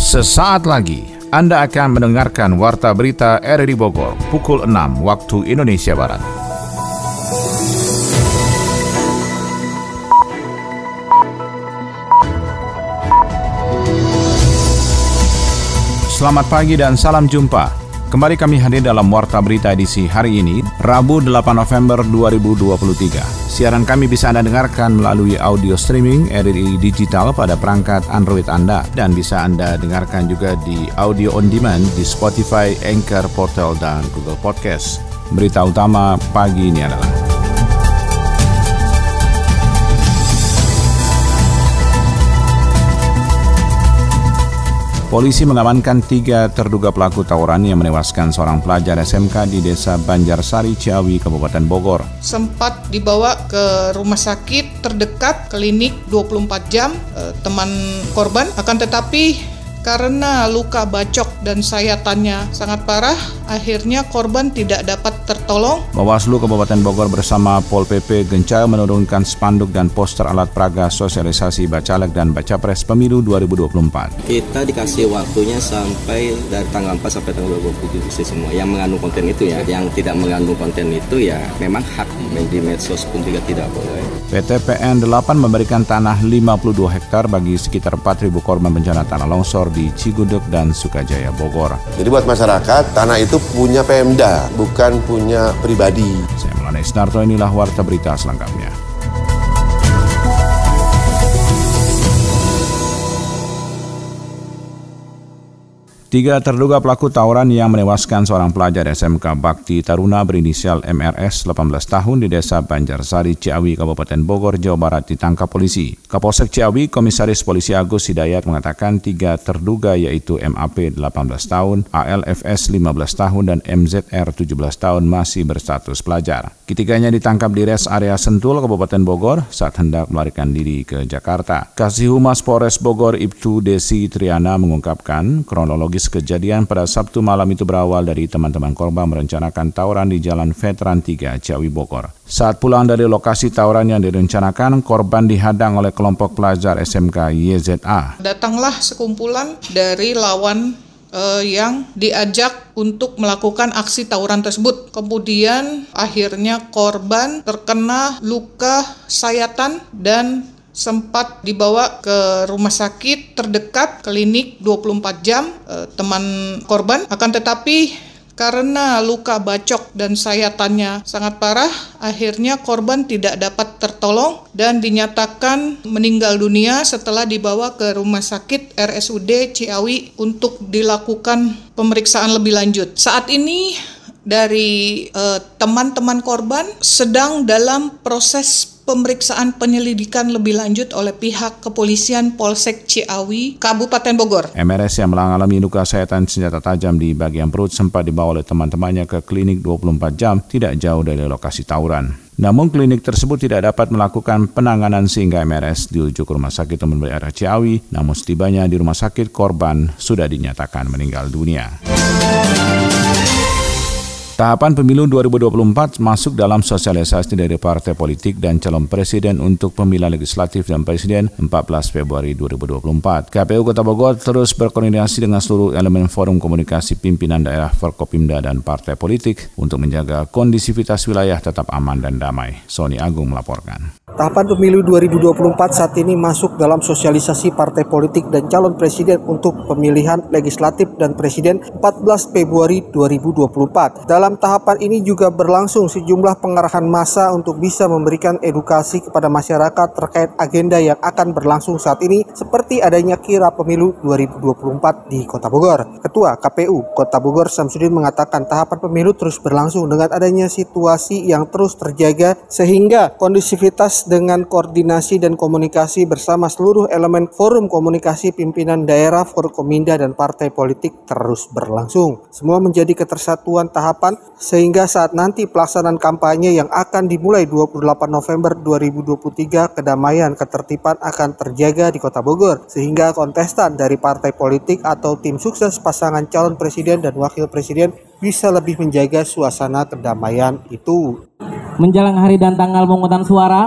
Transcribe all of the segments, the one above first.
Sesaat lagi Anda akan mendengarkan Warta Berita RRI Bogor pukul 6 waktu Indonesia Barat. Selamat pagi dan salam jumpa. Kembali kami hadir dalam Warta Berita edisi hari ini, Rabu 8 November 2023. Siaran kami bisa Anda dengarkan melalui audio streaming RRI Digital pada perangkat Android Anda, dan bisa Anda dengarkan juga di audio on demand di Spotify, Anchor, Portal, dan Google Podcast. Berita utama pagi ini adalah polisi mengamankan 3 terduga pelaku tawuran yang menewaskan seorang pelajar SMK di Desa Banjarsari, Ciawi, Kabupaten Bogor. Sempat dibawa ke rumah sakit terdekat, klinik 24 jam, teman korban. Akan tetapi karena luka bacok dan sayatannya sangat parah, akhirnya korban tidak dapat tertolong. Bawaslu Kabupaten Bogor bersama Pol PP gencar menurunkan spanduk dan poster alat peraga sosialisasi Bacalek dan Bacapres Pemilu 2024. Kita dikasih waktunya sampai dari tanggal 4 sampai tanggal 27 semua yang mengandung konten itu ya. Yang tidak mengandung konten itu ya memang hak di medsos pun juga tidak boleh. PT PN 8 memberikan tanah 52 hektar bagi sekitar 4.000 korban bencana tanah longsor di Cigudeg dan Sukajaya, Bogor. Jadi buat masyarakat, tanah itu punya Pemda, bukan punya pribadi. Saya Maulana Isnarto, inilah Warta Berita selengkapnya. 3 terduga pelaku tawuran yang menewaskan seorang pelajar SMK Bakti Taruna berinisial MRS 18 tahun di Desa Banjarsari, Ciawi, Kabupaten Bogor, Jawa Barat ditangkap polisi. Kapolsek Ciawi, Komisaris Polisi Agus Hidayat mengatakan 3 terduga yaitu MAP 18 tahun, ALFS 15 tahun, dan MZR 17 tahun masih berstatus pelajar. Ketiganya ditangkap di res area Sentul, Kabupaten Bogor saat hendak melarikan diri ke Jakarta. Kasih Humas Polres Bogor Ibtu Desi Triana mengungkapkan kronologi kejadian pada Sabtu malam itu berawal dari teman-teman korban merencanakan tawuran di Jalan Veteran 3, Ciawi, Bogor. Saat pulang dari lokasi tawuran yang direncanakan, korban dihadang oleh kelompok pelajar SMK YZA. Datanglah sekumpulan dari lawan yang diajak untuk melakukan aksi tawuran tersebut. Kemudian akhirnya korban terkena luka sayatan dan sempat dibawa ke rumah sakit terdekat, klinik 24 jam, teman korban. Akan tetapi karena luka bacok dan sayatannya sangat parah, akhirnya korban tidak dapat tertolong dan dinyatakan meninggal dunia setelah dibawa ke rumah sakit RSUD Ciawi untuk dilakukan pemeriksaan lebih lanjut. Saat ini dari teman-teman korban sedang dalam proses pemeriksaan penyelidikan lebih lanjut oleh pihak kepolisian Polsek Ciawi, Kabupaten Bogor. MRS yang mengalami luka sayatan senjata tajam di bagian perut sempat dibawa oleh teman-temannya ke klinik 24 jam tidak jauh dari lokasi tawuran. Namun klinik tersebut tidak dapat melakukan penanganan sehingga MRS dirujuk ke Rumah Sakit Umum Daerah Ciawi. Namun setibanya di rumah sakit, korban sudah dinyatakan meninggal dunia. Tahapan pemilu 2024 masuk dalam sosialisasi dari partai politik dan calon presiden untuk pemilihan legislatif dan presiden 14 Februari 2024. KPU Kota Bogor terus berkoordinasi dengan seluruh elemen forum komunikasi pimpinan daerah Forkopimda dan partai politik untuk menjaga kondisivitas wilayah tetap aman dan damai. Sony Agung melaporkan. Tahapan pemilu 2024 saat ini masuk dalam sosialisasi partai politik dan calon presiden untuk pemilihan legislatif dan presiden 14 Februari 2024. Dalam tahapan ini juga berlangsung sejumlah pengarahan massa untuk bisa memberikan edukasi kepada masyarakat terkait agenda yang akan berlangsung saat ini seperti adanya kira pemilu 2024 di Kota Bogor. Ketua KPU Kota Bogor Samsudin mengatakan tahapan pemilu terus berlangsung dengan adanya situasi yang terus terjaga sehingga kondisivitas dengan koordinasi dan komunikasi bersama seluruh elemen forum komunikasi pimpinan daerah, Forkominda, dan partai politik terus berlangsung. Semua menjadi ketersatuan tahapan sehingga saat nanti pelaksanaan kampanye yang akan dimulai 28 November 2023 kedamaian ketertiban akan terjaga di Kota Bogor sehingga kontestan dari partai politik atau tim sukses pasangan calon presiden dan wakil presiden bisa lebih menjaga suasana kedamaian itu. Menjelang hari dan tanggal pemungutan suara,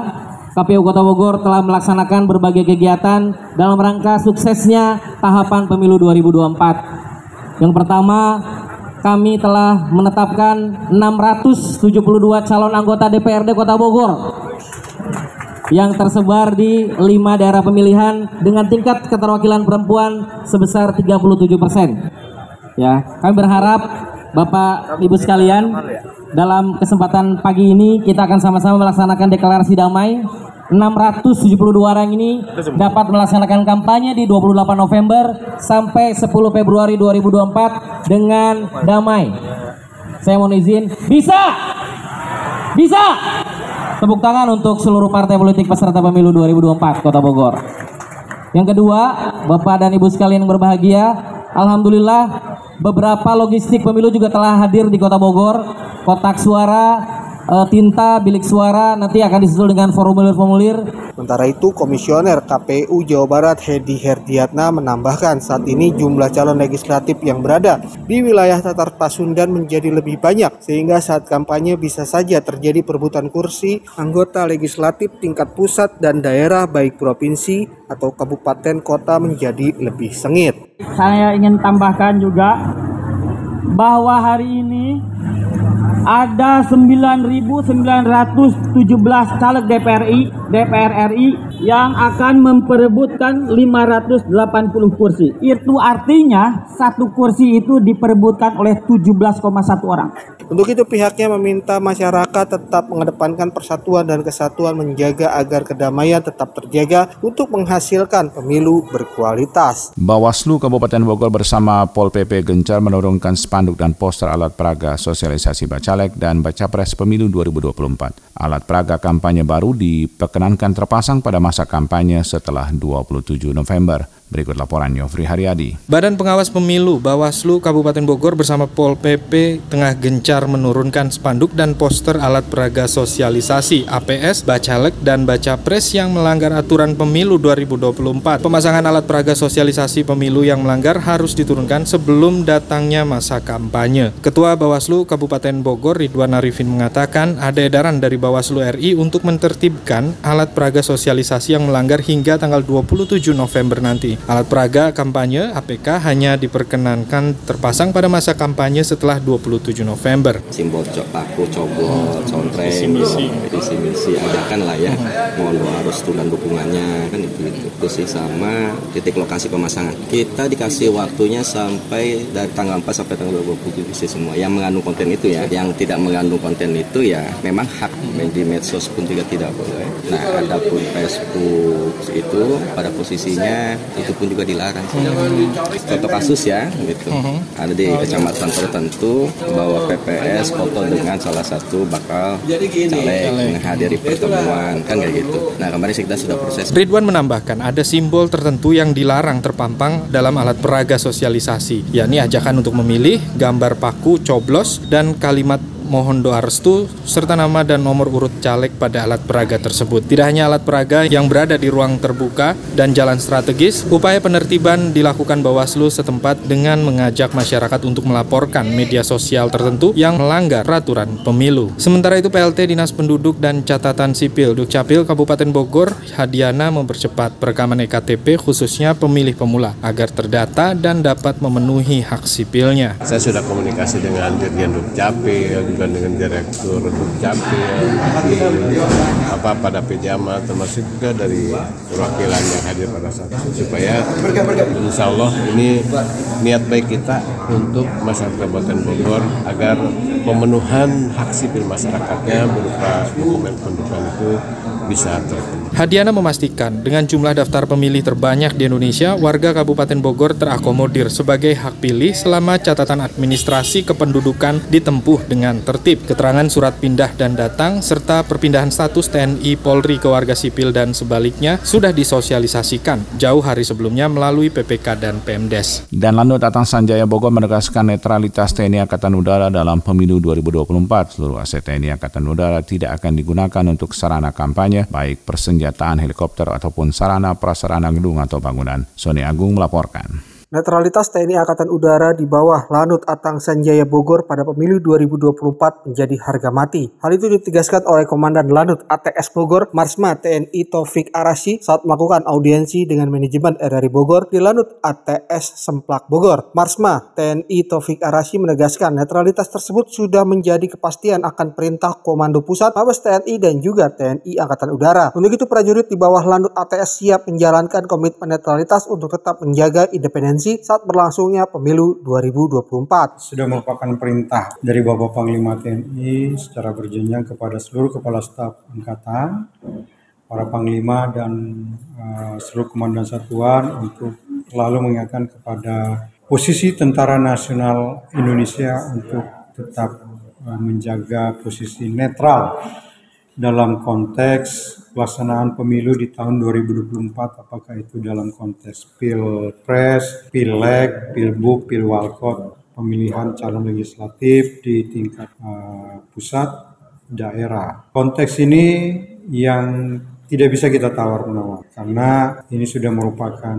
KPU Kota Bogor telah melaksanakan berbagai kegiatan dalam rangka suksesnya tahapan pemilu 2024. Yang pertama, kami telah menetapkan 672 calon anggota DPRD Kota Bogor yang tersebar di 5 daerah pemilihan dengan tingkat keterwakilan perempuan sebesar 37%. Ya, kami berharap Bapak Ibu sekalian, dalam kesempatan pagi ini kita akan sama-sama melaksanakan deklarasi damai. 672 orang ini dapat melaksanakan kampanye di 28 November sampai 10 Februari 2024 dengan damai. Saya mohon izin, bisa! Tepuk tangan untuk seluruh partai politik peserta pemilu 2024 Kota Bogor. Yang kedua, Bapak dan Ibu sekalian yang berbahagia, alhamdulillah beberapa logistik pemilu juga telah hadir di Kota Bogor. Kotak suara, tinta, bilik suara nanti akan disusul dengan formulir-formulir. Sementara itu, Komisioner KPU Jawa Barat Hedi Herdiatna menambahkan saat ini jumlah calon legislatif yang berada di wilayah Tatar Pasundan menjadi lebih banyak, sehingga saat kampanye bisa saja terjadi perebutan kursi anggota legislatif tingkat pusat dan daerah baik provinsi atau kabupaten kota menjadi lebih sengit. Saya ingin tambahkan juga bahwa hari ini ada 9.917 caleg DPR RI yang akan memperebutkan 580 kursi. Itu artinya satu kursi itu diperebutkan oleh 17,1 orang. Untuk itu pihaknya meminta masyarakat tetap mengedepankan persatuan dan kesatuan, menjaga agar kedamaian tetap terjaga untuk menghasilkan pemilu berkualitas. Bawaslu Kabupaten Bogor bersama Pol PP gencar menurunkan spanduk dan poster alat peraga sosialisasi Bacalek dan Bacapres Pemilu 2024. Alat peraga kampanye baru diperkenankan terpasang pada masa kampanye setelah 27 November. Berikut laporan Yofri Haryadi. Badan Pengawas Pemilu Bawaslu Kabupaten Bogor bersama Pol PP tengah gencar menurunkan spanduk dan poster alat peraga sosialisasi APS, Bacalek, dan Bacapres yang melanggar aturan pemilu 2024. Pemasangan alat peraga sosialisasi pemilu yang melanggar harus diturunkan sebelum datangnya masa kampanye. Ketua Bawaslu Kabupaten Bogor Ridwan Arifin mengatakan ada edaran dari Bawaslu RI untuk menertibkan alat peraga sosialisasi yang melanggar hingga tanggal 27 November nanti. Alat peraga kampanye APK hanya diperkenankan terpasang pada masa kampanye setelah 27 November. Simbol paku, coblot, contreng, visi misi adakan lah ya. Mohon doa restu dan dukungannya kan itu sih, sama titik lokasi pemasangan. Kita dikasih waktunya sampai dari tanggal 4 sampai tanggal 27 sih semua. Yang mengandung konten itu ya, yang tidak mengandung konten itu ya memang hak, di medsos pun juga tidak boleh. Nah, adapun Facebook itu pada posisinya itu pun juga dilarang. Contoh kasus ya, gitu. Ada di kecamatan tertentu bahwa PPS foto dengan salah satu bakal caleg menghadiri pertemuan, kan kayak gitu. Nah, kemarin kita sudah proses. Ridwan menambahkan ada simbol tertentu yang dilarang terpampang dalam alat peraga sosialisasi, yakni ajakan untuk memilih, gambar paku, coblos, dan kalimat mohon doa restu, serta nama dan nomor urut caleg pada alat peraga tersebut. Tidak hanya alat peraga yang berada di ruang terbuka dan jalan strategis, upaya penertiban dilakukan Bawaslu setempat dengan mengajak masyarakat untuk melaporkan media sosial tertentu yang melanggar peraturan pemilu. Sementara itu PLT Dinas Penduduk dan Catatan Sipil Dukcapil Kabupaten Bogor, Hadiana, mempercepat perekaman EKTP khususnya pemilih pemula agar terdata dan dapat memenuhi hak sipilnya. Saya sudah komunikasi dengan Dirjen Dukcapil, dengan Direktur Dukcapil, pada Pejama, termasuk juga dari perwakilan yang hadir pada saat itu, supaya insya Allah ini niat baik kita untuk masyarakat Kabupaten Bogor agar pemenuhan hak sipil masyarakatnya berupa dokumen pendudukan itu bisa terpenuhi. Hadiana memastikan dengan jumlah daftar pemilih terbanyak di Indonesia, warga Kabupaten Bogor terakomodir sebagai hak pilih selama catatan administrasi kependudukan ditempuh dengan tertib. Keterangan surat pindah dan datang serta perpindahan status TNI Polri ke warga sipil dan sebaliknya sudah disosialisasikan jauh hari sebelumnya melalui PPK dan Pemdes. Dan Lanut Atang Sanjaya Bogor menegaskan netralitas TNI Angkatan Udara dalam pemilu 2024. Seluruh aset TNI Angkatan Udara tidak akan digunakan untuk sarana kampanye, baik persenjataan helikopter ataupun sarana prasarana gedung atau bangunan. Sony Agung melaporkan. Netralitas TNI Angkatan Udara di bawah Lanut Atang Sanjaya Bogor pada pemilu 2024 menjadi harga mati. Hal itu ditegaskan oleh Komandan Lanut ATS Bogor, Marsma TNI Taufik Arasy saat melakukan audiensi dengan manajemen RRI Bogor di Lanut ATS Semplak Bogor. Marsma TNI Taufik Arasy menegaskan netralitas tersebut sudah menjadi kepastian akan perintah Komando Pusat, Mabes TNI dan juga TNI Angkatan Udara. Untuk itu prajurit di bawah Lanut ATS siap menjalankan komitmen netralitas untuk tetap menjaga independensi saat berlangsungnya pemilu 2024. Sudah merupakan perintah dari Bapak Panglima TNI secara berjenjang kepada seluruh kepala staf angkatan, para panglima dan seluruh komandan satuan untuk selalu mengingatkan kepada posisi Tentara Nasional Indonesia untuk tetap menjaga posisi netral dalam konteks pelaksanaan pemilu di tahun 2024, apakah itu dalam konteks pilpres, pileg, pilbuk, pilwalkot, pemilihan calon legislatif di tingkat pusat, daerah. Konteks ini yang tidak bisa kita tawar-menawar karena ini sudah merupakan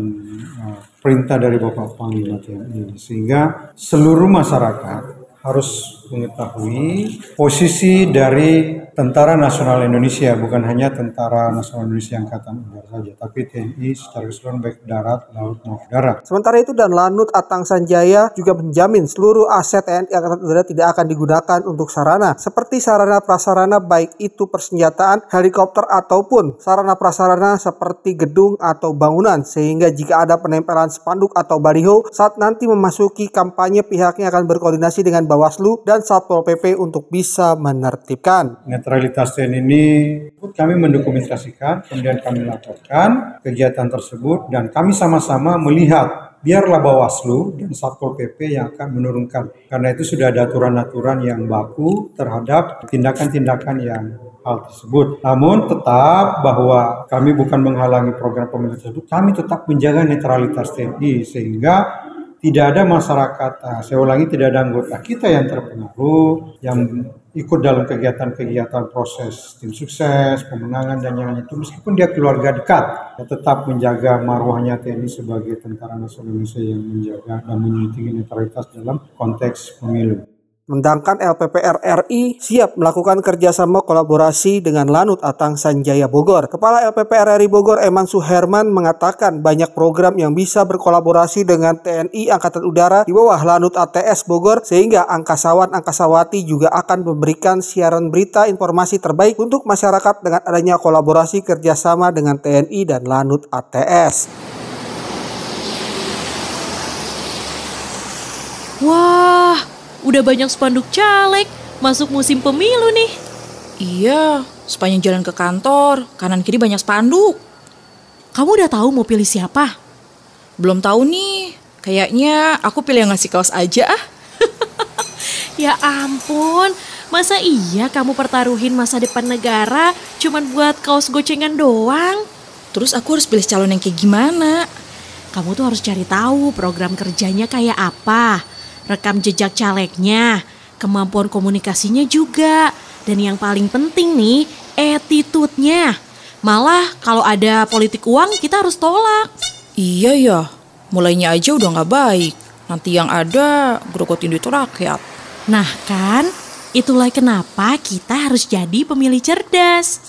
perintah dari Bapak Panglima TNI, sehingga seluruh masyarakat harus mengetahui posisi dari Tentara Nasional Indonesia, bukan hanya Tentara Nasional Indonesia Angkatan Udara saja, tapi TNI secara keseluruhan baik darat, laut, maupun darat. Sementara itu dan Lanut Atang Sanjaya juga menjamin seluruh aset TNI Angkatan Udara tidak akan digunakan untuk sarana, seperti sarana prasarana baik itu persenjataan, helikopter ataupun sarana prasarana seperti gedung atau bangunan, sehingga jika ada penempelan spanduk atau baliho saat nanti memasuki kampanye pihaknya akan berkoordinasi dengan Bawaslu dan Satpol PP untuk bisa menertibkan. Netralitas TNI ini kami mendokumentasikan, kemudian kami laporkan kegiatan tersebut dan kami sama-sama melihat biarlah Bawaslu dan Satpol PP yang akan menurunkan. Karena itu sudah ada aturan-aturan yang baku terhadap tindakan-tindakan yang hal tersebut. Namun tetap bahwa kami bukan menghalangi program pemilu tersebut, kami tetap menjaga netralitas TNI sehingga tidak ada masyarakat, saya ulangi, tidak ada anggota kita yang terpengaruh, yang ikut dalam kegiatan-kegiatan proses tim sukses, pemenangan dan yang lain itu, meskipun dia keluarga dekat, ya tetap menjaga marwahnya TNI sebagai Tentara Nasional Indonesia yang menjaga dan menyunting netralitas dalam konteks pemilu. Sedangkan LPPR RI siap melakukan kerjasama kolaborasi dengan Lanut Atang Sanjaya Bogor. Kepala LPPR RI Bogor Eman Suherman mengatakan banyak program yang bisa berkolaborasi dengan TNI Angkatan Udara di bawah Lanut ATS Bogor, sehingga angkasawan-angkasawati juga akan memberikan siaran berita informasi terbaik untuk masyarakat dengan adanya kolaborasi kerjasama dengan TNI dan Lanut ATS. Wah, udah banyak spanduk caleg, masuk musim pemilu nih. Iya, sepanjang jalan ke kantor, kanan kiri banyak spanduk. Kamu udah tahu mau pilih siapa? Belum tahu nih, kayaknya aku pilih yang ngasih kaos aja ah. Ya ampun, masa iya kamu pertaruhin masa depan negara cuman buat kaos gocengan doang? Terus aku harus pilih calon yang kayak gimana? Kamu tuh harus cari tahu program kerjanya kayak apa, rekam jejak calegnya, kemampuan komunikasinya juga, dan yang paling penting nih, attitude-nya. Malah kalau ada politik uang kita harus tolak. Iya ya, mulainya aja udah gak baik. Nanti yang ada gerogotin duit rakyat. Nah kan, itulah kenapa kita harus jadi pemilih cerdas.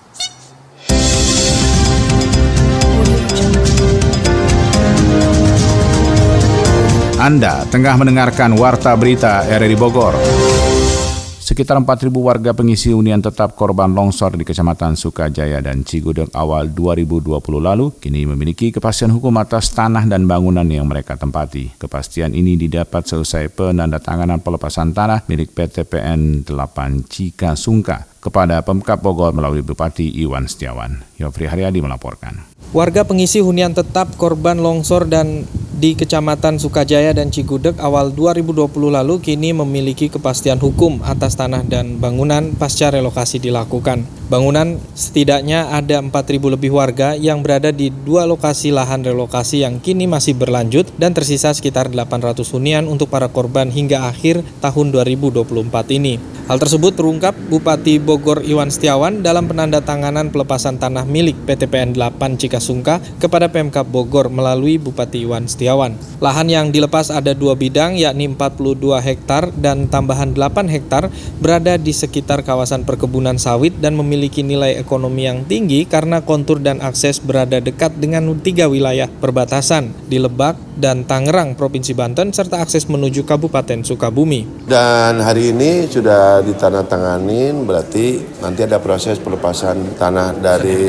Anda tengah mendengarkan Warta Berita RRI Bogor. Sekitar 4.000 warga pengisi hunian tetap korban longsor di Kecamatan Sukajaya dan Cigudeg awal 2020 lalu kini memiliki kepastian hukum atas tanah dan bangunan yang mereka tempati. Kepastian ini didapat selesai penandatanganan pelepasan tanah milik PT PN 8 Cikasungka kepada Pemkab Bogor melalui Bupati Iwan Setiawan. Yofri Haryadi melaporkan. Warga pengisi hunian tetap korban longsor dan di Kecamatan Sukajaya dan Cigudeg awal 2020 lalu kini memiliki kepastian hukum atas tanah dan bangunan pasca relokasi dilakukan. Bangunan setidaknya ada 4.000 lebih warga yang berada di 2 lokasi lahan relokasi yang kini masih berlanjut dan tersisa sekitar 800 hunian untuk para korban hingga akhir tahun 2024 ini. Hal tersebut terungkap Bupati Bogor Iwan Setiawan dalam penandatanganan pelepasan tanah milik PTPN 8 Cikasungka kepada Pemkab Bogor melalui Bupati Iwan Setiawan. Lahan yang dilepas ada 2 bidang yakni 42 hektar dan tambahan 8 hektar berada di sekitar kawasan perkebunan sawit dan memiliki nilai ekonomi yang tinggi karena kontur dan akses berada dekat dengan 3 wilayah perbatasan di Lebak dan Tangerang, Provinsi Banten, serta akses menuju Kabupaten Sukabumi. Dan hari ini sudah ditandatanganin, berarti nanti ada proses pelepasan tanah dari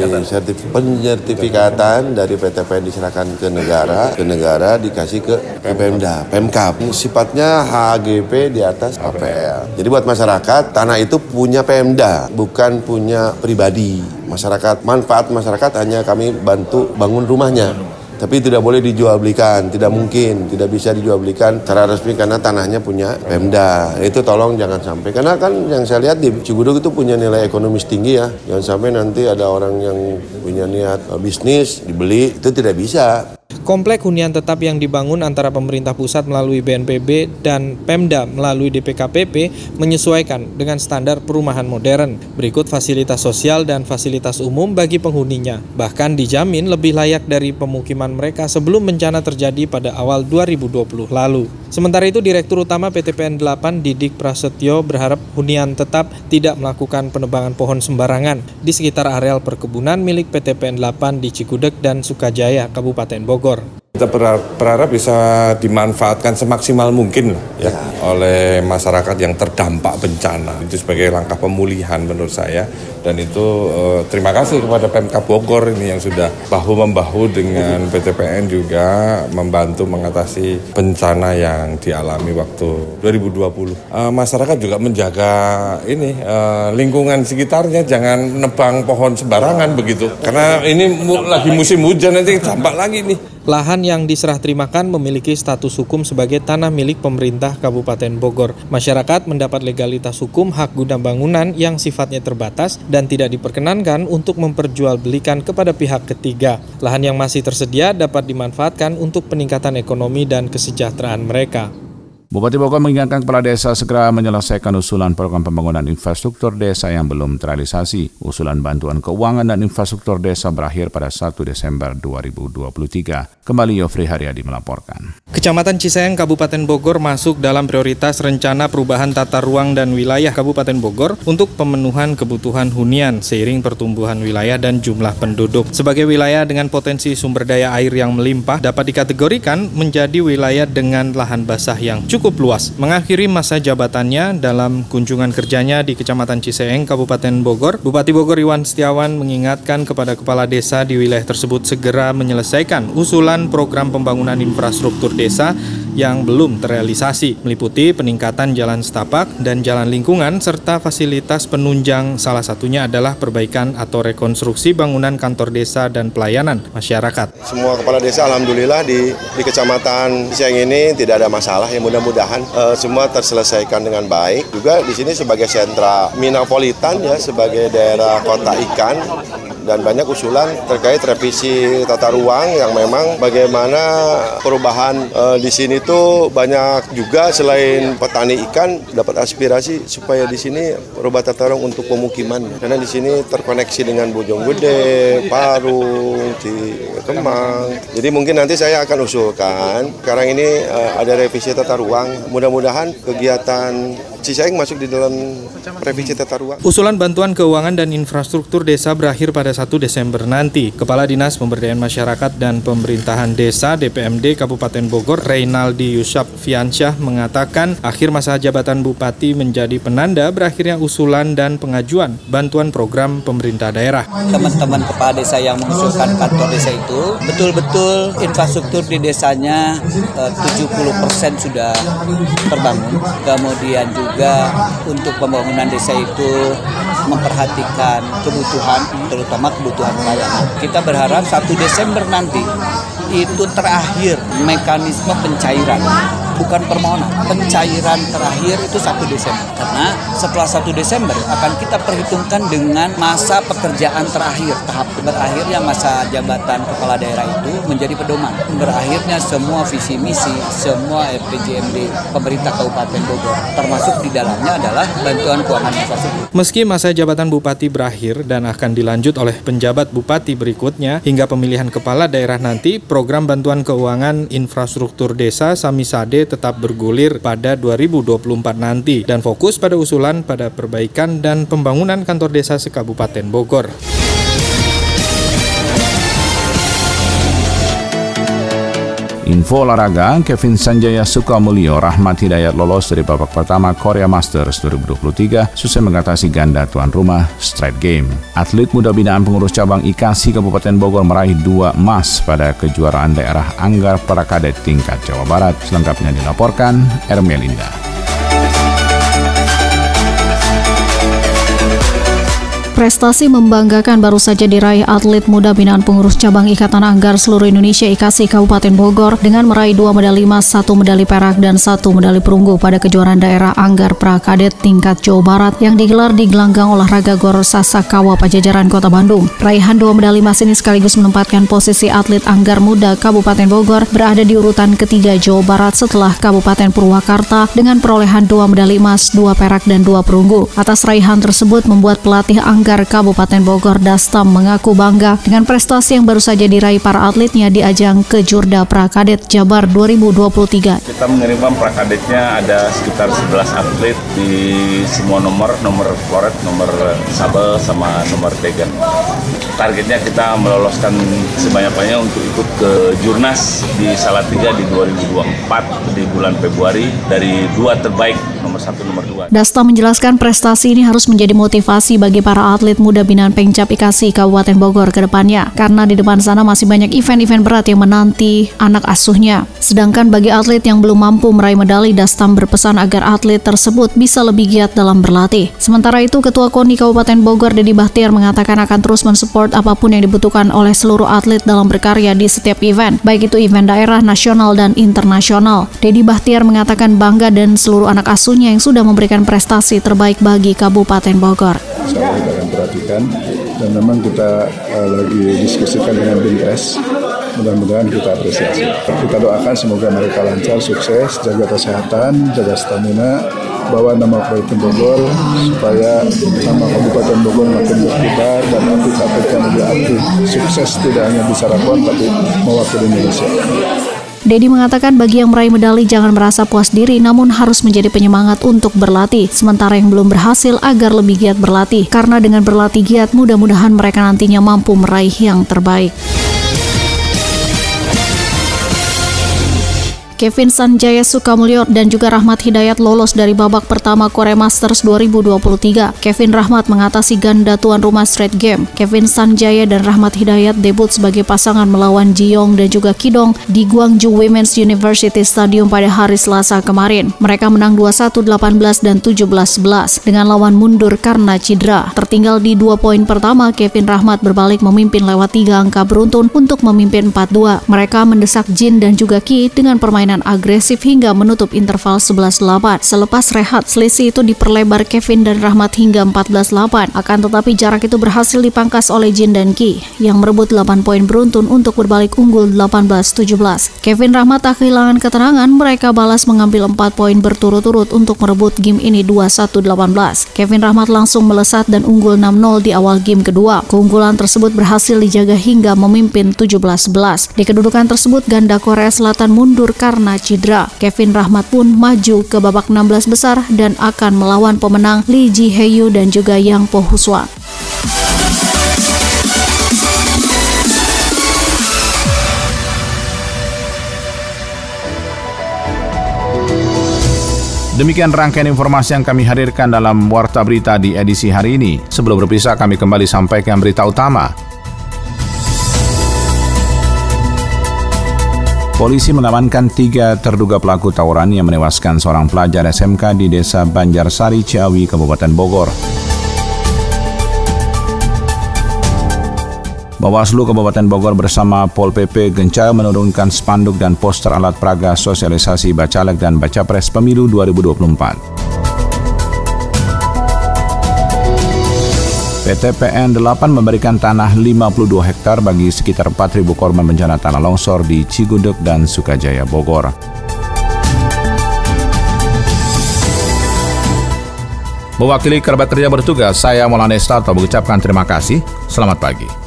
penyertifikatan dari PTPN diserahkan ke negara dikasih ke Pemda, Pemkab. Sifatnya HGP di atas APL. Jadi buat masyarakat, tanah itu punya Pemda, bukan punya pribadi. Masyarakat, manfaat masyarakat hanya kami bantu bangun rumahnya. Tapi tidak boleh dijual belikan, tidak mungkin, tidak bisa dijual belikan secara resmi karena tanahnya punya Pemda. Itu tolong jangan sampai, karena kan yang saya lihat di Cigudeg itu punya nilai ekonomis tinggi ya. Jangan sampai nanti ada orang yang punya niat bisnis, dibeli, itu tidak bisa. Komplek hunian tetap yang dibangun antara pemerintah pusat melalui BNPB dan Pemda melalui DPKPP menyesuaikan dengan standar perumahan modern. Berikut fasilitas sosial dan fasilitas umum bagi penghuninya. Bahkan dijamin lebih layak dari pemukiman mereka sebelum bencana terjadi pada awal 2020 lalu. Sementara itu, Direktur Utama PTPN 8 Didik Prasetyo berharap hunian tetap tidak melakukan penebangan pohon sembarangan di sekitar areal perkebunan milik PTPN 8 di Cikudeg dan Sukajaya, Kabupaten Bogor. Kita berharap bisa dimanfaatkan semaksimal mungkin ya oleh masyarakat yang terdampak bencana. Itu sebagai langkah pemulihan menurut saya, dan itu terima kasih kepada Pemkab Bogor ini yang sudah bahu-membahu dengan PTPN juga membantu mengatasi bencana yang dialami waktu 2020. Masyarakat juga menjaga ini lingkungan sekitarnya, jangan nebang pohon sembarangan begitu. Karena ini lagi musim hujan, nanti dampak lagi nih. Lahan yang diserah terimakan memiliki status hukum sebagai tanah milik pemerintah Kabupaten Bogor. Masyarakat mendapat legalitas hukum hak guna bangunan yang sifatnya terbatas dan tidak diperkenankan untuk memperjualbelikan kepada pihak ketiga. Lahan yang masih tersedia dapat dimanfaatkan untuk peningkatan ekonomi dan kesejahteraan mereka. Bupati Bogor mengingatkan kepala desa segera menyelesaikan usulan program pembangunan infrastruktur desa yang belum terrealisasi. Usulan bantuan keuangan dan infrastruktur desa berakhir pada 1 Desember 2023. Kembali Yofri Haryadi melaporkan. Kecamatan Ciseeng, Kabupaten Bogor masuk dalam prioritas rencana perubahan tata ruang dan wilayah Kabupaten Bogor untuk pemenuhan kebutuhan hunian seiring pertumbuhan wilayah dan jumlah penduduk. Sebagai wilayah dengan potensi sumber daya air yang melimpah, dapat dikategorikan menjadi wilayah dengan lahan basah yang cukup luas. Mengakhiri masa jabatannya dalam kunjungan kerjanya di Kecamatan Ciseeng, Kabupaten Bogor, Bupati Bogor Iwan Setiawan mengingatkan kepada kepala desa di wilayah tersebut segera menyelesaikan usulan program pembangunan infrastruktur desa yang belum terrealisasi, meliputi peningkatan jalan setapak dan jalan lingkungan serta fasilitas penunjang, salah satunya adalah perbaikan atau rekonstruksi bangunan kantor desa dan pelayanan masyarakat. Semua kepala desa alhamdulillah di Kecamatan Ciseeng ini tidak ada masalah, ya mudah-mudahan semua terselesaikan dengan baik. Juga di sini sebagai sentra minapolitan ya, sebagai daerah kota ikan, dan banyak usulan terkait revisi tata ruang yang memang bagaimana perubahan di sini tuh banyak juga selain petani ikan dapat aspirasi supaya di sini perubahan tata ruang untuk pemukiman, karena di sini terkoneksi dengan Bojonggede, Parung, Kemang. Jadi mungkin nanti saya akan usulkan sekarang ini ada revisi tata ruang, mudah-mudahan kegiatan Ciseeng masuk di dalam revisi tata ruang. Usulan bantuan keuangan dan infrastruktur desa berakhir pada 1 Desember nanti. Kepala Dinas Pemberdayaan Masyarakat dan Pemerintahan Desa DPMD Kabupaten Bogor, Reynaldi Yusuf Fiansyah mengatakan akhir masa jabatan Bupati menjadi penanda berakhirnya usulan dan pengajuan bantuan program pemerintah daerah. Teman-teman kepala desa yang mengusulkan kantor desa itu betul-betul infrastruktur di desanya 70% sudah terbangun. Kemudian juga untuk pembangunan desa itu memperhatikan kebutuhan, terutama kebutuhan pelayanan. Kita berharap 1 Desember nanti itu terakhir mekanisme pencairan bukan permohonan, pencairan terakhir itu 1 Desember. Karena setelah 1 Desember akan kita perhitungkan dengan masa pekerjaan terakhir. Tahap berakhirnya masa jabatan kepala daerah itu menjadi pedoman. Berakhirnya semua visi misi, semua RPJMD pemerintah Kabupaten Bogor, termasuk di dalamnya adalah bantuan keuangan infrastruktur. Meski masa jabatan bupati berakhir dan akan dilanjut oleh penjabat bupati berikutnya hingga pemilihan kepala daerah nanti, program bantuan keuangan infrastruktur desa Samisade tetap bergulir pada 2024 nanti dan fokus pada usulan pada perbaikan dan pembangunan kantor desa se-Kabupaten Bogor. Info olahraga, Kevin Sanjaya Sukamulyo Rahmat Hidayat lolos dari babak pertama Korea Masters 2023 selesai mengatasi ganda tuan rumah straight game. Atlet muda binaan pengurus cabang IKASI Kabupaten Bogor meraih 2 emas pada kejuaraan daerah Anggar Prakadet tingkat Jawa Barat. Selengkapnya dilaporkan Ermelinda. Prestasi membanggakan baru saja diraih atlet muda binaan pengurus cabang Ikatan Anggar Seluruh Indonesia IKASI Kabupaten Bogor dengan meraih 2 medali emas, 1 medali perak, dan 1 medali perunggu pada kejuaraan daerah Anggar Prakadet tingkat Jawa Barat yang digelar di gelanggang olahraga Gor Sasakawa Pajajaran Kota Bandung. Raihan 2 medali emas ini sekaligus menempatkan posisi atlet Anggar muda Kabupaten Bogor berada di urutan ketiga Jawa Barat setelah Kabupaten Purwakarta dengan perolehan 2 medali emas, 2 perak, dan 2 perunggu. Atas raihan tersebut membuat pelatih Anggar Kabupaten Bogor Dastam mengaku bangga dengan prestasi yang baru saja diraih para atletnya di ajang Kejurda Prakadet Jabar 2023. Kita mengirimkan Prakadetnya ada sekitar 11 atlet di semua nomor floret, nomor sabel, sama nomor tegen. Targetnya kita meloloskan sebanyak-banyaknya untuk ikut ke Jurnas di Salatiga di 2024 di bulan Februari dari 2 terbaik, nomor 1, nomor 2. Dastam menjelaskan prestasi ini harus menjadi motivasi bagi para atlet muda binaan Pengcap IKASI Kabupaten Bogor ke depannya, karena di depan sana masih banyak event-event berat yang menanti anak asuhnya. Sedangkan bagi atlet yang belum mampu meraih medali, Dastam berpesan agar atlet tersebut bisa lebih giat dalam berlatih. Sementara itu, Ketua KONI Kabupaten Bogor Dedi Bahtiar mengatakan akan terus mensupport apapun yang dibutuhkan oleh seluruh atlet dalam berkarya di setiap event, baik itu event daerah, nasional, dan internasional. Dedi Bahtiar mengatakan bangga dan seluruh anak asuhnya yang sudah memberikan prestasi terbaik bagi Kabupaten Bogor. Saya akan perhatikan dan memang kita lagi diskusikan dengan Binpres, mudah-mudahan kita apresiasi. Kita doakan semoga mereka lancar, sukses, jaga kesehatan, jaga stamina, bawa nama Kabupaten Bogor supaya nama Kabupaten Bogor makin berkibar dan atlet-atletnya lebih aktif, sukses tidak hanya di Sarawak tapi mewakili Indonesia. Dedi mengatakan bagi yang meraih medali jangan merasa puas diri, namun harus menjadi penyemangat untuk berlatih. Sementara yang belum berhasil agar lebih giat berlatih, karena dengan berlatih giat mudah-mudahan mereka nantinya mampu meraih yang terbaik. Kevin Sanjaya Sukamulyo dan juga Rahmat Hidayat lolos dari babak pertama Korea Masters 2023. Kevin Rahmat mengatasi ganda tuan rumah straight game. Kevin Sanjaya dan Rahmat Hidayat debut sebagai pasangan melawan Ji-Yong dan juga Ki-dong di Gwangju Women's University Stadium pada hari Selasa kemarin. Mereka menang 21-18 dan 17-11 dengan lawan mundur karena cedera. Tertinggal di 2 poin pertama, Kevin Rahmat berbalik memimpin lewat 3 angka beruntun untuk memimpin 4-2. Mereka mendesak Jin dan juga Ki dengan permainan agresif hingga menutup interval 11-8. Selepas rehat, selisih itu diperlebar Kevin dan Rahmat hingga 14-8. Akan tetapi jarak itu berhasil dipangkas oleh Jin dan Ki yang merebut 8 poin beruntun untuk berbalik unggul 18-17. Kevin Rahmat tak kehilangan ketenangan, mereka balas mengambil 4 poin berturut-turut untuk merebut game ini 21-18. Kevin Rahmat langsung melesat dan unggul 6-0 di awal game kedua. Keunggulan tersebut berhasil dijaga hingga memimpin 17-11. Di kedudukan tersebut, ganda Korea Selatan mundur karena cedera. Kevin Rahmat pun maju ke babak 16 besar dan akan melawan pemenang Lee Ji-Hae dan juga Yang Po-Huswa. Demikian rangkaian informasi yang kami hadirkan dalam Warta Berita di edisi hari ini. Sebelum berpisah, kami kembali sampaikan berita utama. Polisi mengamankan 3 terduga pelaku tawuran yang menewaskan seorang pelajar SMK di Desa Banjarsari, Ciawi, Kabupaten Bogor. Bawaslu Kabupaten Bogor bersama Pol PP gencar menurunkan spanduk dan poster alat peraga sosialisasi Bacalek dan Bacapres Pemilu 2024. PT PN 8 memberikan tanah 52 hektar bagi sekitar 4.000 korban bencana tanah longsor di Cigudeg dan Sukajaya, Bogor. Mewakili kerabat kerja bertugas, saya Maulana Estato mengucapkan terima kasih. Selamat pagi.